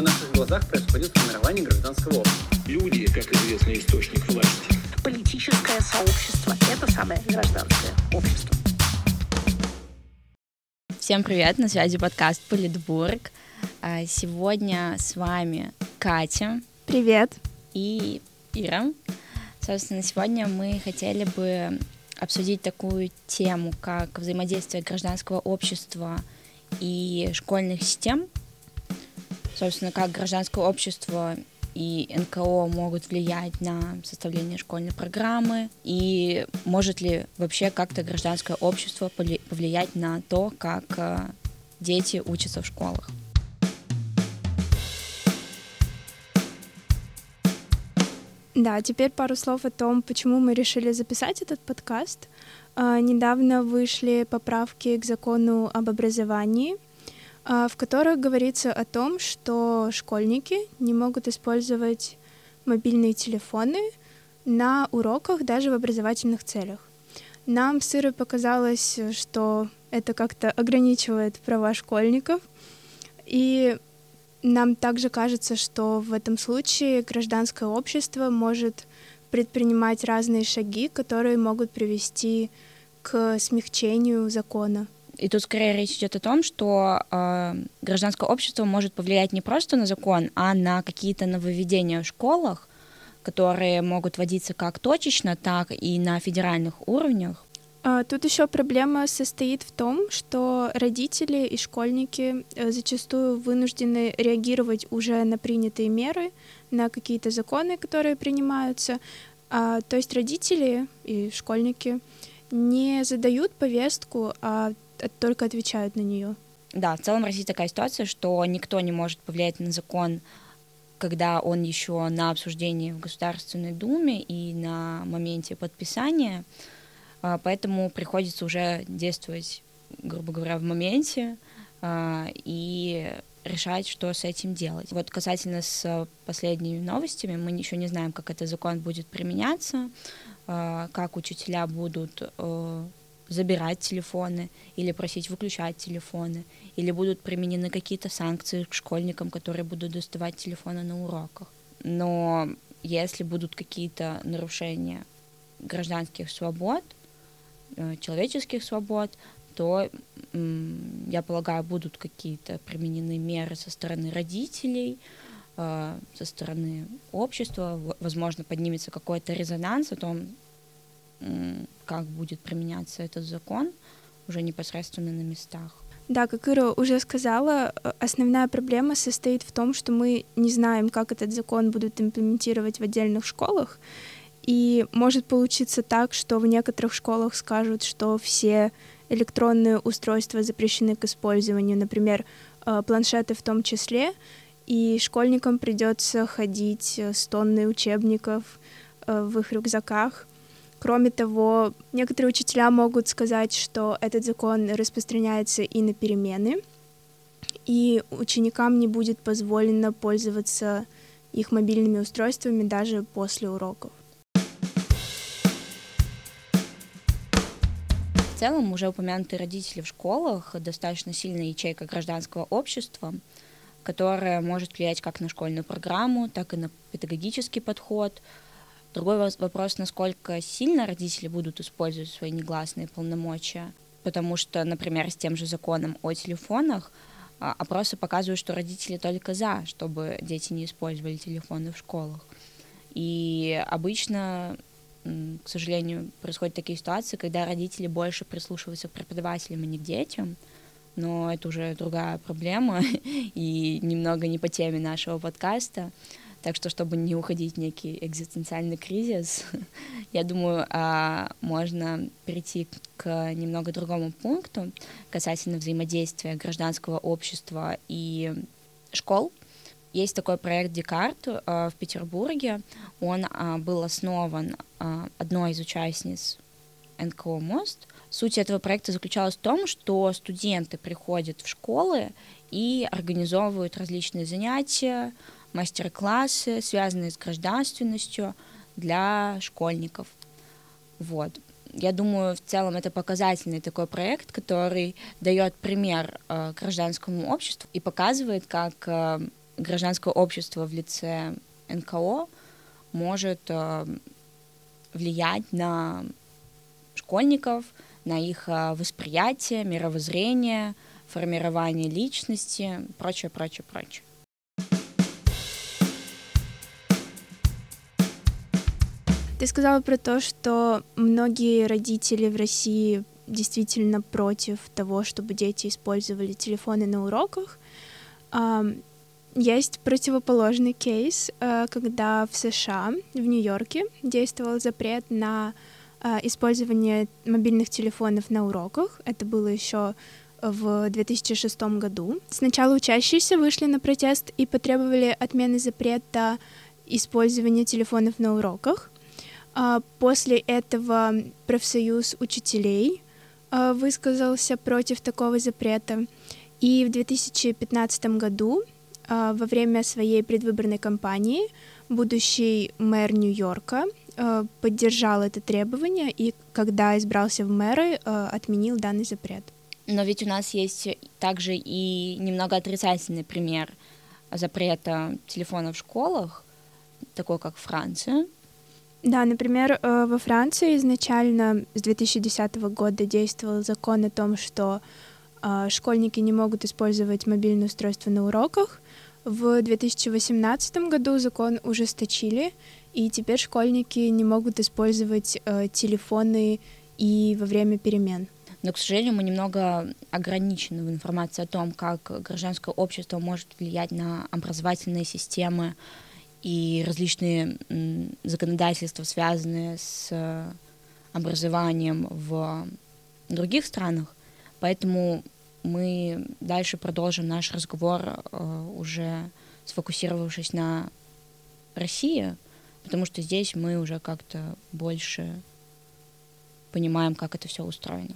на наших глазах происходит формирование гражданского общества. Люди, как известный источник власти. Политическое сообщество – это самое гражданское общество. Всем привет, на связи подкаст «Политбург». Сегодня с вами Катя. Привет. И Ира. Собственно, сегодня мы хотели бы обсудить такую тему, как взаимодействие гражданского общества и школьных систем. Собственно, как гражданское общество и НКО могут влиять на составление школьной программы, и может ли вообще как-то гражданское общество повлиять на то, как дети учатся в школах. Да, теперь пару слов о том, почему мы решили записать этот подкаст. Недавно вышли поправки к закону об образовании, в которых говорится о том, что школьники не могут использовать мобильные телефоны на уроках даже в образовательных целях. Нам с Ирой показалось, что это как-то ограничивает права школьников, и нам также кажется, что в этом случае гражданское общество может предпринимать разные шаги, которые могут привести к смягчению закона. И тут скорее речь идет о том, что гражданское общество может повлиять не просто на закон, а на какие-то нововведения в школах, которые могут вводиться как точечно, так и на федеральных уровнях. Тут еще проблема состоит в том, что родители и школьники зачастую вынуждены реагировать уже на принятые меры, на какие-то законы, которые принимаются. То есть родители и школьники не задают повестку, а только отвечают на нее. Да, в целом в России такая ситуация, что никто не может повлиять на закон, когда он еще на обсуждении в Государственной Думе и на моменте подписания, поэтому приходится уже действовать, грубо говоря, в моменте и решать, что с этим делать. Вот касательно с последними новостями, мы еще не знаем, как этот закон будет применяться, как учителя будут забирать телефоны или просить выключать телефоны, или будут применены какие-то санкции к школьникам, которые будут доставать телефоны на уроках. Но если будут какие-то нарушения гражданских свобод, человеческих свобод, то, я полагаю, будут какие-то применены меры со стороны родителей, со стороны общества, возможно, поднимется какой-то резонанс о том, как будет применяться этот закон уже непосредственно на местах. Да, как Ира уже сказала, основная проблема состоит в том, что мы не знаем, как этот закон будут имплементировать в отдельных школах, и может получиться так, что в некоторых школах скажут, что все электронные устройства запрещены к использованию, например, планшеты в том числе, и школьникам придется ходить с тонной учебников в их рюкзаках. Кроме того, некоторые учителя могут сказать, что этот закон распространяется и на перемены, и ученикам не будет позволено пользоваться их мобильными устройствами даже после уроков. В целом, уже упомянутые родители в школах достаточно сильная ячейка гражданского общества, которая может влиять как на школьную программу, так и на педагогический подход. Другой вопрос, насколько сильно родители будут использовать свои негласные полномочия, потому что, например, с тем же законом о телефонах опросы показывают, что родители только за, чтобы дети не использовали телефоны в школах. И обычно, к сожалению, происходят такие ситуации, когда родители больше прислушиваются к преподавателям, а не к детям, но это уже другая проблема и немного не по теме нашего подкаста. Так что, чтобы не уходить в некий экзистенциальный кризис, я думаю, можно перейти к немного другому пункту касательно взаимодействия гражданского общества и школ. Есть такой проект «Декарт» в Петербурге. Он был основан одной из участниц НКО «Мост». Суть этого проекта заключалась в том, что студенты приходят в школы и организовывают различные занятия, мастер-классы, связанные с гражданственностью для школьников. Вот. Я думаю, в целом это показательный такой проект, который дает пример гражданскому обществу и показывает, как гражданское общество в лице НКО может влиять на школьников, на их восприятие, мировоззрение, формирование личности, прочее, прочее, прочее. Ты сказала про то, что многие родители в России действительно против того, чтобы дети использовали телефоны на уроках. Есть противоположный кейс, когда в США, в Нью-Йорке, действовал запрет на использование мобильных телефонов на уроках. Это было еще в 2006 году. Сначала учащиеся вышли на протест и потребовали отмены запрета использования телефонов на уроках. После этого профсоюз учителей высказался против такого запрета. И в 2015 году, во время своей предвыборной кампании, будущий мэр Нью-Йорка поддержал это требование и, когда избрался в мэры, отменил данный запрет. Но ведь у нас есть также и немного отрицательный пример запрета телефона в школах, такой как Франция. Да, например, во Франции изначально с 2010 года действовал закон о том, что школьники не могут использовать мобильные устройства на уроках. В 2018 году закон ужесточили, и теперь школьники не могут использовать телефоны и во время перемен. Но, к сожалению, мы немного ограничены в информации о том, как гражданское общество может влиять на образовательные системы и различные законодательства, связанные с образованием в других странах. Поэтому мы дальше продолжим наш разговор, уже сфокусировавшись на России, потому что здесь мы уже как-то больше понимаем, как это все устроено.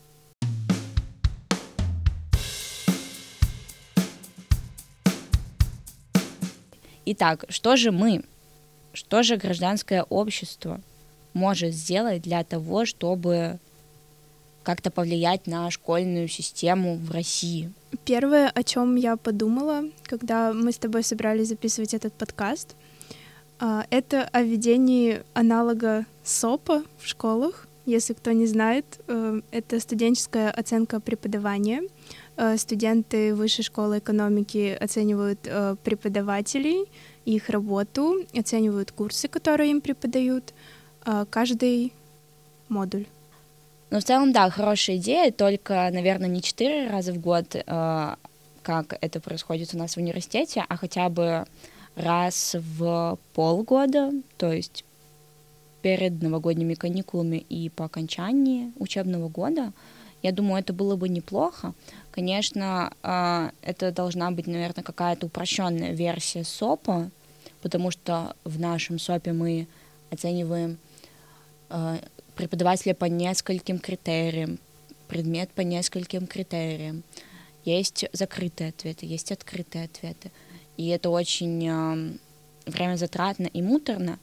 Итак, что же гражданское общество может сделать для того, чтобы как-то повлиять на школьную систему в России? Первое, о чем я подумала, когда мы с тобой собрались записывать этот подкаст, это о введении аналога СОПа в школах. Если кто не знает, это студенческая оценка преподавания. Студенты Высшей школы экономики оценивают преподавателей, их работу, оценивают курсы, которые им преподают, каждый модуль. Ну, в целом, да, хорошая идея, только, наверное, не 4 раза в год, как это происходит у нас в университете, а хотя бы раз в полгода, то есть перед новогодними каникулами и по окончании учебного года. Я думаю, это было бы неплохо. Конечно, это должна быть, наверное, какая-то упрощенная версия СОПа, потому что в нашем СОПе мы оцениваем преподавателя по нескольким критериям, предмет по нескольким критериям. Есть закрытые ответы, есть открытые ответы. И это очень времязатратно и муторно.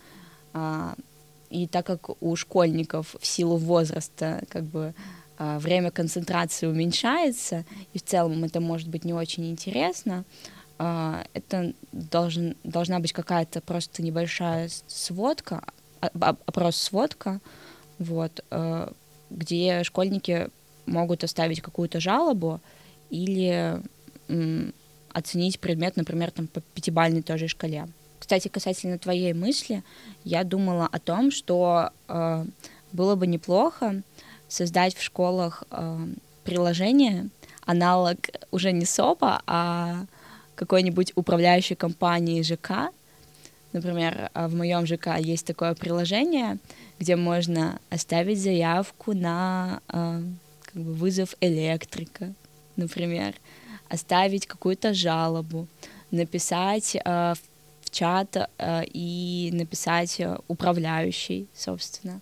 И так как у школьников в силу возраста как бы время концентрации уменьшается, и в целом это может быть не очень интересно, это должна быть какая-то просто небольшая сводка, опрос-сводка, вот, где школьники могут оставить какую-то жалобу или оценить предмет, например, там, по 5-бальной той же шкале. Кстати, касательно твоей мысли, я думала о том, что было бы неплохо создать в школах приложение, аналог уже не СОПа, а какой-нибудь управляющей компании ЖК. Например, в моем ЖК есть такое приложение, где можно оставить заявку на как бы вызов электрика, например, оставить какую-то жалобу, написать в чат и написать управляющий, собственно.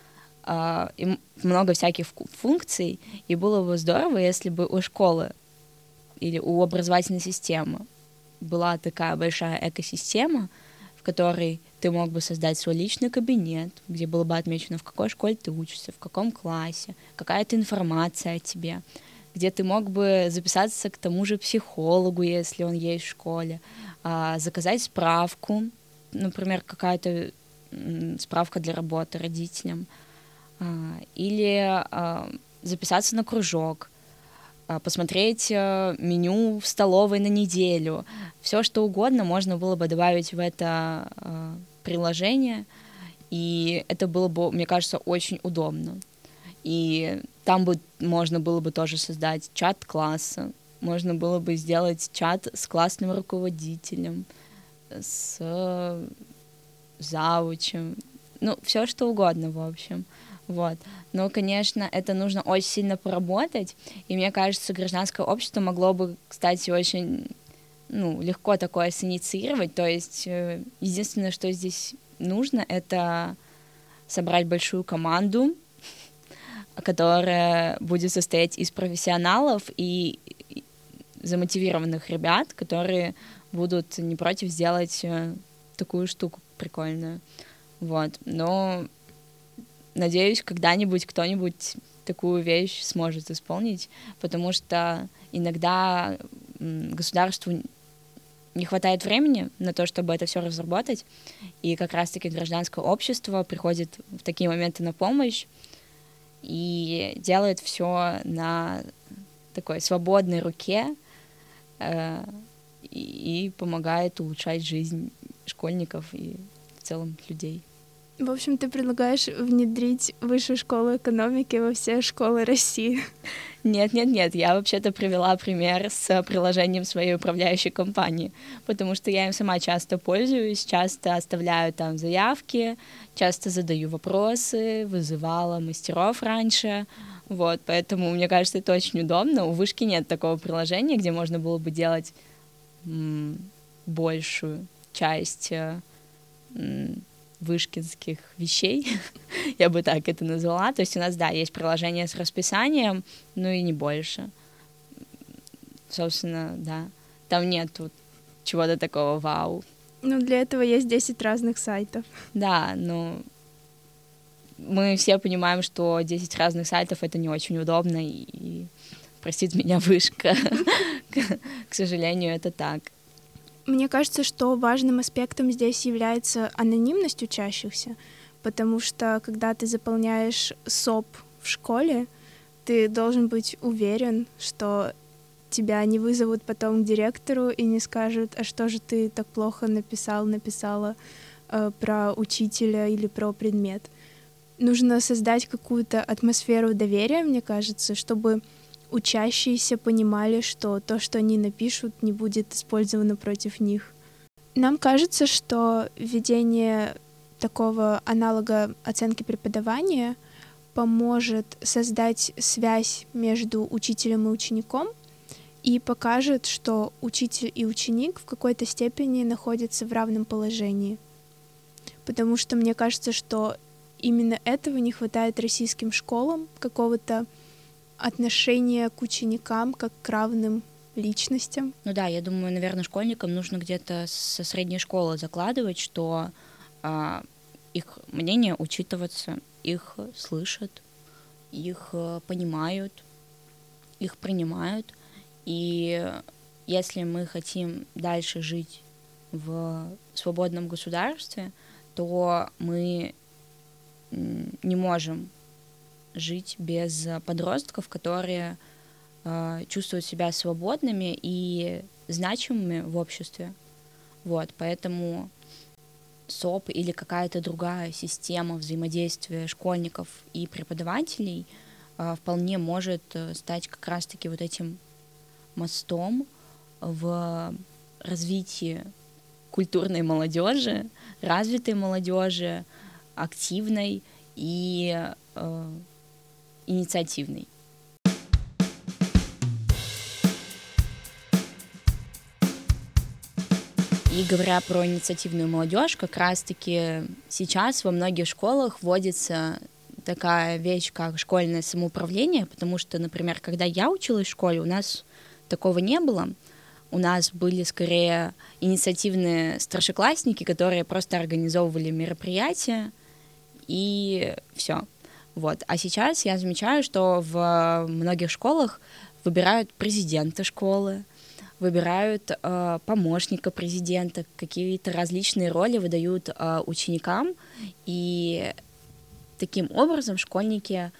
И много всяких функций, и было бы здорово, если бы у школы или у образовательной системы была такая большая экосистема, в которой ты мог бы создать свой личный кабинет, где было бы отмечено, в какой школе ты учишься, в каком классе, какая-то информация о тебе, где ты мог бы записаться к тому же психологу, если он есть в школе, заказать справку, например, какая-то справка для работы родителям, или записаться на кружок, посмотреть меню в столовой на неделю. Все, что угодно можно было бы добавить в это приложение, и это было бы, мне кажется, очень удобно. И там бы можно было бы тоже создать чат класса, можно было бы сделать чат с классным руководителем, с завучем, ну, все что угодно, в общем. Вот. Но, конечно, это нужно очень сильно поработать, и мне кажется, гражданское общество могло бы, кстати, очень легко такое синициировать. То есть единственное, что здесь нужно, это собрать большую команду, которая будет состоять из профессионалов и замотивированных ребят, которые будут не против сделать такую штуку прикольную. Вот. Но надеюсь, когда-нибудь кто-нибудь такую вещь сможет исполнить, потому что иногда государству не хватает времени на то, чтобы это все разработать, и как раз-таки гражданское общество приходит в такие моменты на помощь и делает все на такой свободной руке и помогает улучшать жизнь школьников и в целом людей. В общем, ты предлагаешь внедрить высшую школу экономики во все школы России? Нет, я вообще-то привела пример с приложением своей управляющей компании, потому что я им сама часто пользуюсь, часто оставляю там заявки, часто задаю вопросы, вызывала мастеров раньше, вот, поэтому мне кажется, это очень удобно. У Вышки нет такого приложения, где можно было бы делать большую часть вышкинских вещей, я бы так это назвала. То есть у нас, да, есть приложение с расписанием, но и не больше. Собственно, да. Там нет чего-то такого вау. Ну, для этого есть 10 разных сайтов. Да, мы все понимаем, что 10 разных сайтов — это не очень удобно, и простит меня Вышка. К сожалению, это так. Мне кажется, что важным аспектом здесь является анонимность учащихся, потому что когда ты заполняешь СОП в школе, ты должен быть уверен, что тебя не вызовут потом к директору и не скажут, а что же ты так плохо написала про учителя или про предмет. Нужно создать какую-то атмосферу доверия, мне кажется, чтобы учащиеся понимали, что то, что они напишут, не будет использовано против них. Нам кажется, что введение такого аналога оценки преподавания поможет создать связь между учителем и учеником и покажет, что учитель и ученик в какой-то степени находятся в равном положении. Потому что мне кажется, что именно этого не хватает российским школам, какого-то отношение к ученикам как к равным личностям. Ну да, я думаю, наверное, школьникам нужно где-то со средней школы закладывать, что их мнение учитывается, их слышат, их понимают, их принимают. И если мы хотим дальше жить в свободном государстве, то мы не можем жить без подростков, которые чувствуют себя свободными и значимыми в обществе. Вот, поэтому СОП или какая-то другая система взаимодействия школьников и преподавателей вполне может стать как раз-таки вот этим мостом в развитии культурной молодежи, развитой молодежи, активной и инициативный. И говоря про инициативную молодежь, как раз-таки сейчас во многих школах вводится такая вещь, как школьное самоуправление, потому что, например, когда я училась в школе, у нас такого не было. У нас были скорее инициативные старшеклассники, которые просто организовывали мероприятия, и все. Вот. А сейчас я замечаю, что в многих школах выбирают президента школы, выбирают помощника президента, какие-то различные роли выдают ученикам, и таким образом школьники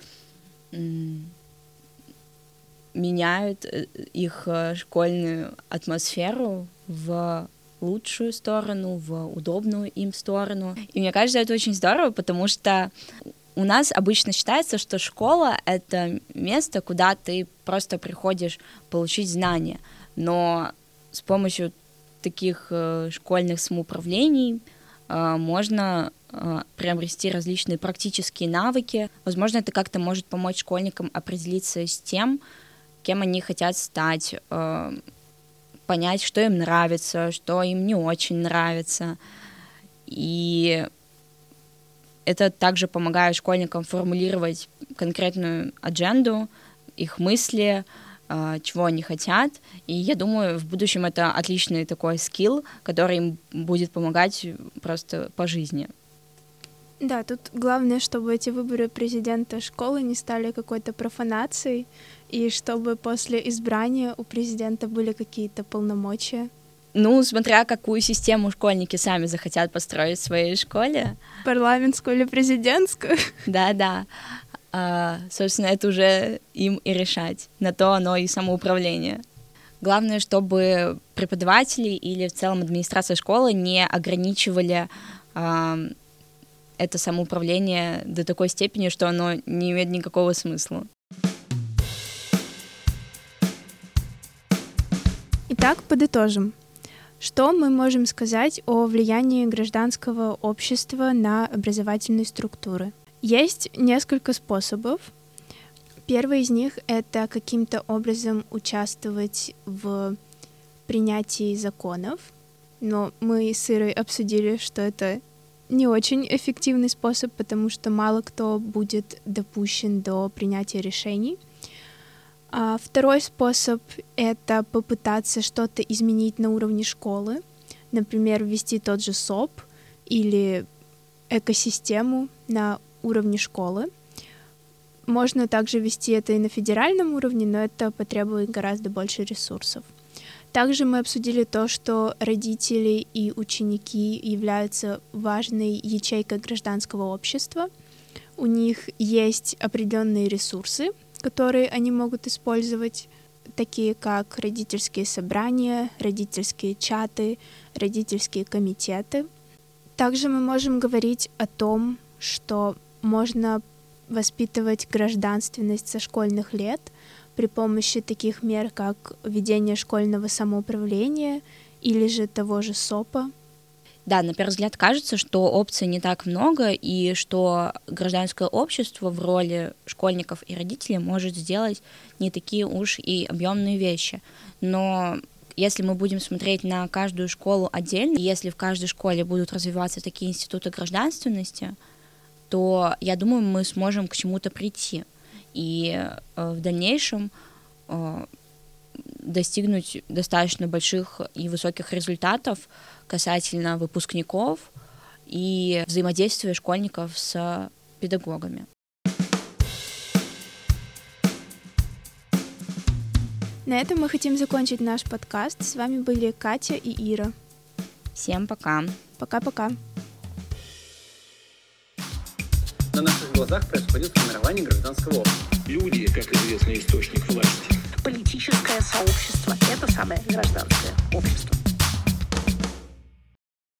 меняют их школьную атмосферу в лучшую сторону, в удобную им сторону. И мне кажется, это очень здорово, потому что у нас обычно считается, что школа — это место, куда ты просто приходишь получить знания. Но с помощью таких школьных самоуправлений можно приобрести различные практические навыки. Возможно, это как-то может помочь школьникам определиться с тем, кем они хотят стать, понять, что им нравится, что им не очень нравится. И это также помогает школьникам формулировать конкретную адженду, их мысли, чего они хотят. И я думаю, в будущем это отличный такой скилл, который им будет помогать просто по жизни. Да, тут главное, чтобы эти выборы президента школы не стали какой-то профанацией, и чтобы после избрания у президента были какие-то полномочия. Ну, смотря какую систему школьники сами захотят построить в своей школе. Парламентскую или президентскую? Да. Собственно, это уже им и решать. На то оно и самоуправление. Главное, чтобы преподаватели или в целом администрация школы не ограничивали это самоуправление до такой степени, что оно не имеет никакого смысла. Итак, подытожим. Что мы можем сказать о влиянии гражданского общества на образовательные структуры? Есть несколько способов. Первый из них — это каким-то образом участвовать в принятии законов. Но мы с Ирой обсудили, что это не очень эффективный способ, потому что мало кто будет допущен до принятия решений. А второй способ — это попытаться что-то изменить на уровне школы, например, ввести тот же СОП или экосистему на уровне школы. Можно также ввести это и на федеральном уровне, но это потребует гораздо больше ресурсов. Также мы обсудили то, что родители и ученики являются важной ячейкой гражданского общества. У них есть определенные ресурсы, которые они могут использовать, такие как родительские собрания, родительские чаты, родительские комитеты. Также мы можем говорить о том, что можно воспитывать гражданственность со школьных лет при помощи таких мер, как ведение школьного самоуправления или же того же СОПа. Да, на первый взгляд кажется, что опций не так много, и что гражданское общество в роли школьников и родителей может сделать не такие уж и объемные вещи. Но если мы будем смотреть на каждую школу отдельно, если в каждой школе будут развиваться такие институты гражданственности, то, я думаю, мы сможем к чему-то прийти. И в дальнейшем достигнуть достаточно больших и высоких результатов касательно выпускников и взаимодействия школьников с педагогами. На этом мы хотим закончить наш подкаст. С вами были Катя и Ира. Всем пока. Пока-пока. На наших глазах происходит формирование гражданского общества. Люди, как известный источник власти. Политическое сообщество — это самое гражданское общество.